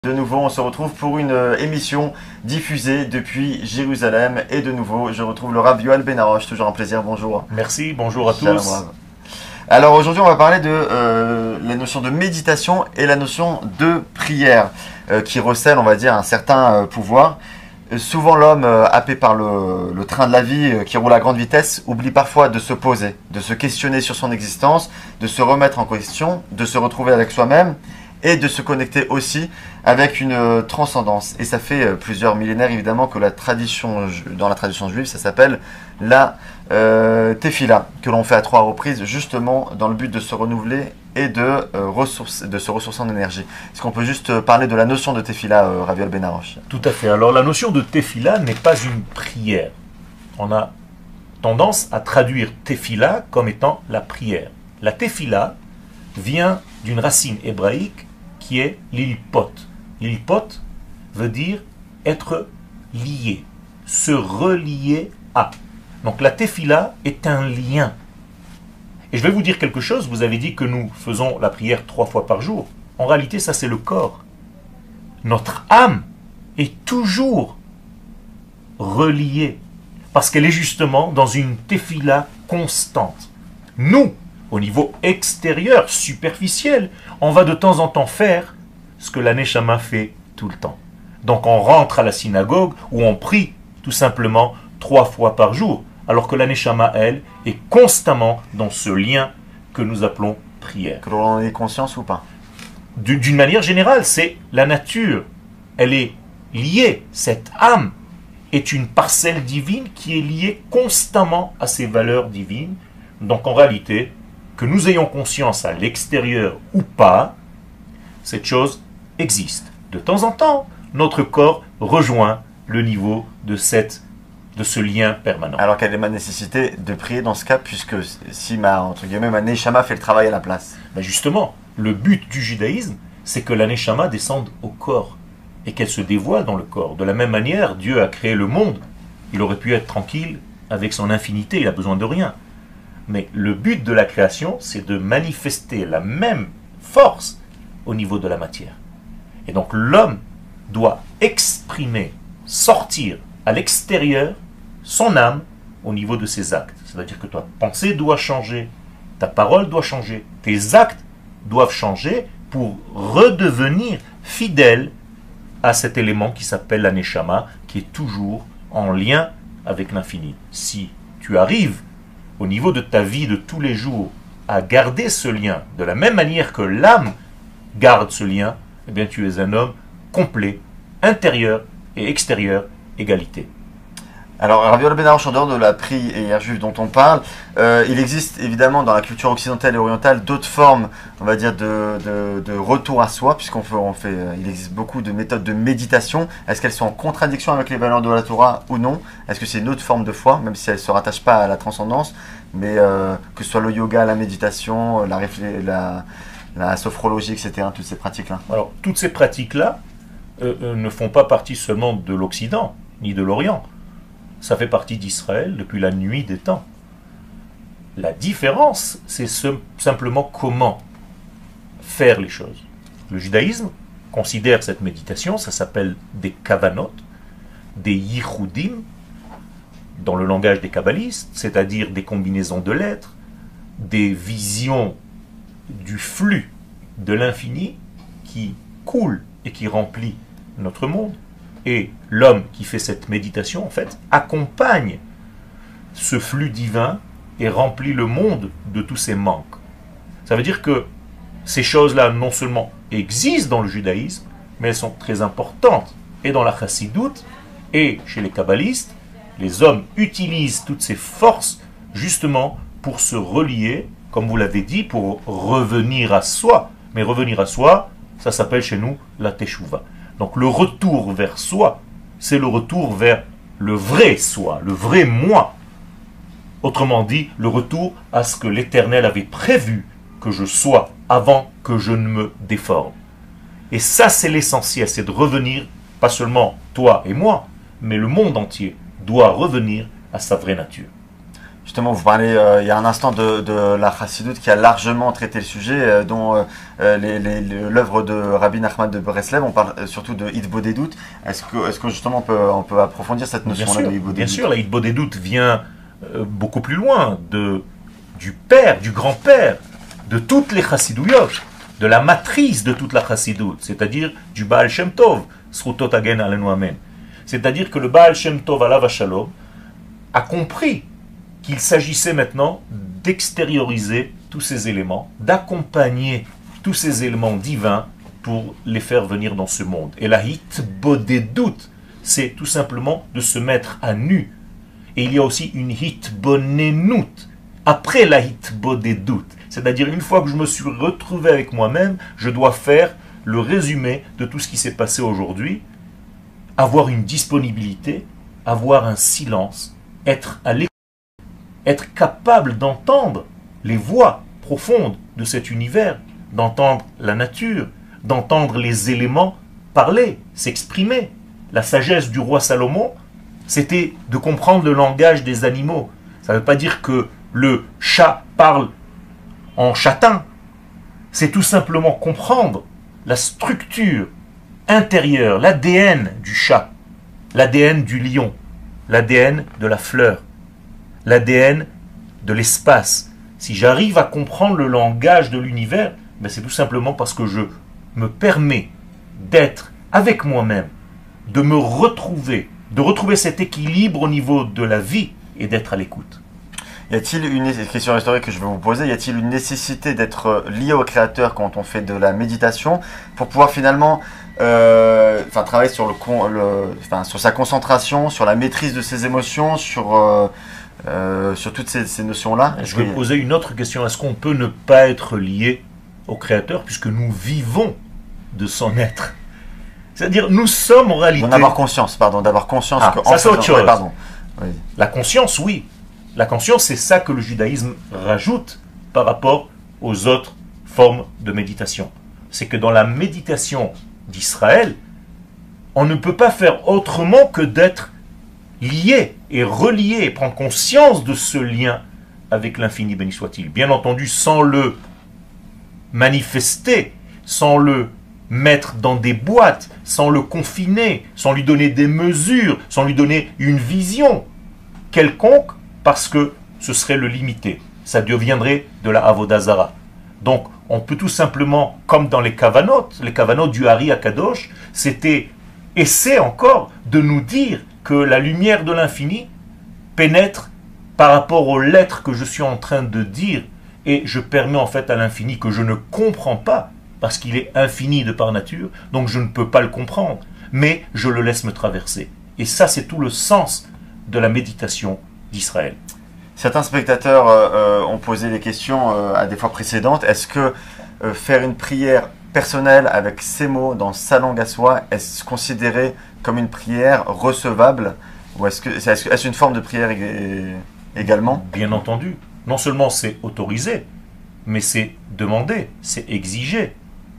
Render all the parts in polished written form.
De nouveau, on se retrouve pour une émission diffusée depuis Jérusalem. Et de nouveau, je retrouve le Rav Yoel Ben Harosh. Toujours un plaisir, bonjour. Merci, bonjour à Shalom, tous. Rav. Alors aujourd'hui, on va parler de la notion de méditation et la notion de prière qui recèle, on va dire, un certain pouvoir. Souvent, l'homme, happé par le train de la vie qui roule à grande vitesse, oublie parfois de se poser, de se questionner sur son existence, de se remettre en question, de se retrouver avec soi-même et de se connecter aussi avec une transcendance. Et ça fait plusieurs millénaires évidemment que dans la tradition juive, ça s'appelle la tefila, que l'on fait à 3 reprises justement dans le but de se renouveler et de se ressourcer en énergie. Est-ce qu'on peut juste parler de la notion de tefila, Rav Yoel Ben Harosh? Tout à fait. Alors la notion de tefila n'est pas une prière. On a tendance à traduire tefila comme étant la prière. La tefila vient d'une racine hébraïque qui est l'ilpot. L'ilpot veut dire être lié, se relier à. Donc la tefila est un lien. Et je vais vous dire quelque chose, vous avez dit que nous faisons la prière 3 fois par jour. En réalité, ça c'est le corps. Notre âme est toujours reliée, parce qu'elle est justement dans une tefila constante. Nous, au niveau extérieur, superficiel, on va de temps en temps faire ce que la Neshama fait tout le temps. Donc on rentre à la synagogue où on prie tout simplement 3 fois par jour, alors que la Neshama, elle, est constamment dans ce lien que nous appelons prière. Que l'on en ait conscience ou pas? D'une manière générale, c'est la nature. Elle est liée, cette âme est une parcelle divine qui est liée constamment à ses valeurs divines. Donc en réalité, que nous ayons conscience à l'extérieur ou pas, cette chose existe. De temps en temps, notre corps rejoint le niveau de ce lien permanent. Alors quelle est ma nécessité de prier dans ce cas, puisque si ma Neshama fait le travail à la place? Ben justement, le but du judaïsme, c'est que la Neshama descende au corps et qu'elle se dévoile dans le corps. De la même manière, Dieu a créé le monde. Il aurait pu être tranquille avec son infinité, il n'a besoin de rien. Mais le but de la création, c'est de manifester la même force au niveau de la matière. Et donc l'homme doit exprimer, sortir à l'extérieur son âme au niveau de ses actes. C'est-à-dire que ta pensée doit changer, ta parole doit changer, tes actes doivent changer pour redevenir fidèle à cet élément qui s'appelle la Neshama, qui est toujours en lien avec l'infini. Si tu arrives au niveau de ta vie de tous les jours à garder ce lien de la même manière que l'âme garde ce lien, eh bien tu es un homme complet, intérieur et extérieur, égalité. Alors, Rav Yoel Ben Harosh, en dehors de la prière juive dont on parle, il existe évidemment dans la culture occidentale et orientale d'autres formes, on va dire, de retour à soi, il existe beaucoup de méthodes de méditation. Est-ce qu'elles sont en contradiction avec les valeurs de la Torah ou non? Est-ce que c'est une autre forme de foi, même si elle ne se rattache pas à la transcendance, mais que ce soit le yoga, la méditation, la sophrologie, etc., toutes ces pratiques-là? Alors, toutes ces pratiques-là ne font pas partie seulement de l'Occident, ni de l'Orient. Ça fait partie d'Israël depuis la nuit des temps. La différence, c'est simplement comment faire les choses. Le judaïsme considère cette méditation, ça s'appelle des kavanot, des yichudim, dans le langage des kabbalistes, c'est-à-dire des combinaisons de lettres, des visions du flux de l'infini qui coule et qui remplit notre monde. Et l'homme qui fait cette méditation, en fait, accompagne ce flux divin et remplit le monde de tous ses manques. Ça veut dire que ces choses-là, non seulement existent dans le judaïsme, mais elles sont très importantes. Et dans la chassidoute, et chez les kabbalistes, les hommes utilisent toutes ces forces, justement, pour se relier, comme vous l'avez dit, pour revenir à soi. Mais revenir à soi, ça s'appelle chez nous la teshuva. Donc le retour vers soi, c'est le retour vers le vrai soi, le vrai moi. Autrement dit, le retour à ce que l'Éternel avait prévu que je sois avant que je ne me déforme. Et ça, c'est l'essentiel, c'est de revenir, pas seulement toi et moi, mais le monde entier doit revenir à sa vraie nature. Justement, vous parlez il y a un instant de la Chassidoute qui a largement traité le sujet, dont l'œuvre de Rabbi Nachman de Breslev, on parle surtout de Hitbodedut. Est-ce que justement on peut approfondir cette notion-là de Hitbodedut? Bien sûr, la Hitbodedut vient beaucoup plus loin du père, du grand-père, de toutes les Chassidouyot, de la matrice de toute la Chassidoute, c'est-à-dire du Baal Shem Tov, Srutot Hagen Alenu Amen. C'est-à-dire que le Baal Shem Tov, Alav Shalom, a compris qu'il s'agissait maintenant d'extérioriser tous ces éléments, d'accompagner tous ces éléments divins pour les faire venir dans ce monde. Et la hitbodedut, c'est tout simplement de se mettre à nu. Et il y a aussi une hitbonenut, après la hitbodedut. C'est-à-dire, une fois que je me suis retrouvé avec moi-même, je dois faire le résumé de tout ce qui s'est passé aujourd'hui, avoir une disponibilité, avoir un silence, être à l'écoute, être capable d'entendre les voix profondes de cet univers, d'entendre la nature, d'entendre les éléments parler, s'exprimer. La sagesse du roi Salomon, c'était de comprendre le langage des animaux. Ça ne veut pas dire que le chat parle en châtain. C'est tout simplement comprendre la structure intérieure, l'ADN du chat, l'ADN du lion, l'ADN de la fleur, l'ADN de l'espace. Si j'arrive à comprendre le langage de l'univers, ben c'est tout simplement parce que je me permets d'être avec moi-même, de me retrouver, de retrouver cet équilibre au niveau de la vie et d'être à l'écoute. Y a-t-il une question historique que je vais vous poser, y a-t-il une nécessité d'être lié au Créateur quand on fait de la méditation pour pouvoir finalement travailler sur sur sa concentration, sur la maîtrise de ses émotions, sur toutes ces notions-là? Je vais poser une autre question. Est-ce qu'on peut ne pas être lié au Créateur puisque nous vivons de son être? C'est-à-dire, nous sommes en réalité... D'avoir conscience. Ça c'est autre chose. Oui. La conscience, oui. La conscience, c'est ça que le judaïsme rajoute par rapport aux autres formes de méditation. C'est que dans la méditation d'Israël, on ne peut pas faire autrement que d'être lié et relié, et prendre conscience de ce lien avec l'infini, béni soit-il. Bien entendu, sans le manifester, sans le mettre dans des boîtes, sans le confiner, sans lui donner des mesures, sans lui donner une vision quelconque, parce que ce serait le limiter. Ça deviendrait de la Avodah Zara. Donc, on peut tout simplement, comme dans les Kavanot du Hari Akadosh, c'était essayer encore de nous dire que la lumière de l'infini pénètre par rapport aux lettres que je suis en train de dire, et je permets en fait à l'infini que je ne comprends pas, parce qu'il est infini de par nature, donc je ne peux pas le comprendre, mais je le laisse me traverser. Et ça, c'est tout le sens de la méditation d'Israël. Certains spectateurs ont posé des questions à des fois précédentes. Est-ce que faire une prière personnelle avec ces mots dans sa langue à soi, est-ce considéré comme une prière recevable, ou est-ce une forme de prière également? Bien entendu. Non seulement c'est autorisé, mais c'est demandé, c'est exigé.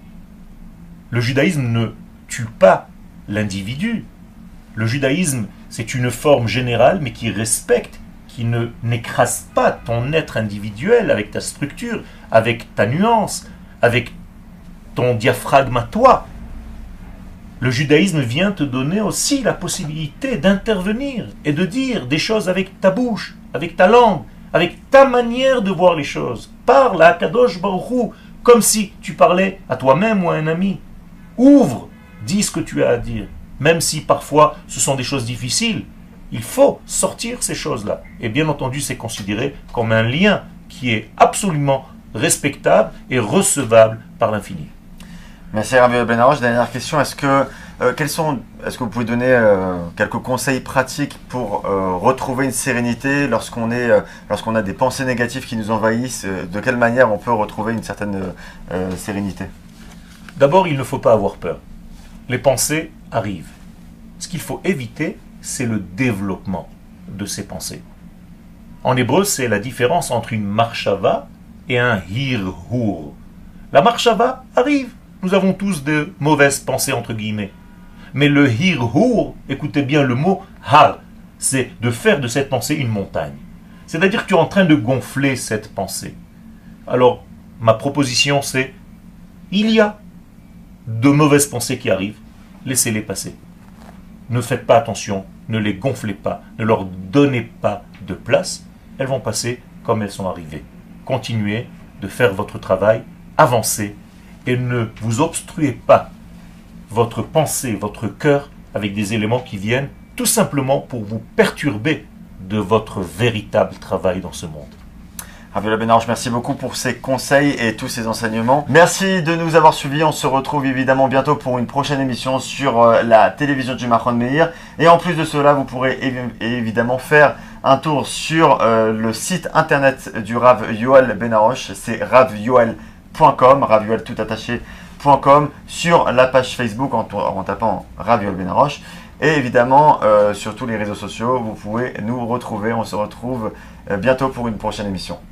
Le judaïsme ne tue pas l'individu. Le judaïsme, c'est une forme générale, mais qui respecte, qui ne n'écrase pas ton être individuel avec ta structure, avec ta nuance, avec ton diaphragme à toi. Le judaïsme vient te donner aussi la possibilité d'intervenir et de dire des choses avec ta bouche, avec ta langue, avec ta manière de voir les choses. Parle à Kadosh Baruch Hu, comme si tu parlais à toi-même ou à un ami. Ouvre, dis ce que tu as à dire. Même si parfois ce sont des choses difficiles, il faut sortir ces choses-là. Et bien entendu, c'est considéré comme un lien qui est absolument respectable et recevable par l'infini. Merci Rabbi Ben Arosh. Dernière question, est-ce que vous pouvez donner quelques conseils pratiques pour retrouver une sérénité lorsqu'on a des pensées négatives qui nous envahissent? De quelle manière on peut retrouver une certaine sérénité? D'abord, il ne faut pas avoir peur. Les pensées arrivent. Ce qu'il faut éviter, c'est le développement de ces pensées. En hébreu, c'est la différence entre une marshava et un hirhur. La marshava arrive. Nous avons tous de mauvaises pensées, entre guillemets. Mais le hirhur, écoutez bien le mot har, c'est de faire de cette pensée une montagne. C'est-à-dire que tu es en train de gonfler cette pensée. Alors, ma proposition, c'est, il y a de mauvaises pensées qui arrivent, laissez-les passer. Ne faites pas attention, ne les gonflez pas, ne leur donnez pas de place, elles vont passer comme elles sont arrivées. Continuez de faire votre travail, avancez, et ne vous obstruez pas votre pensée, votre cœur, avec des éléments qui viennent tout simplement pour vous perturber de votre véritable travail dans ce monde. Rav Yoel Ben Arosh, merci beaucoup pour ces conseils et tous ces enseignements. Merci de nous avoir suivis. On se retrouve évidemment bientôt pour une prochaine émission sur la télévision du Machon Meir. Et en plus de cela, vous pourrez évidemment faire un tour sur le site internet du Rav Yoel Ben Arosh. C'est ravyoel.com, Rav Yoel tout attaché.com, sur la page Facebook en tapant Rav Yoel Ben Arosh. Et évidemment, sur tous les réseaux sociaux, vous pouvez nous retrouver. On se retrouve bientôt pour une prochaine émission.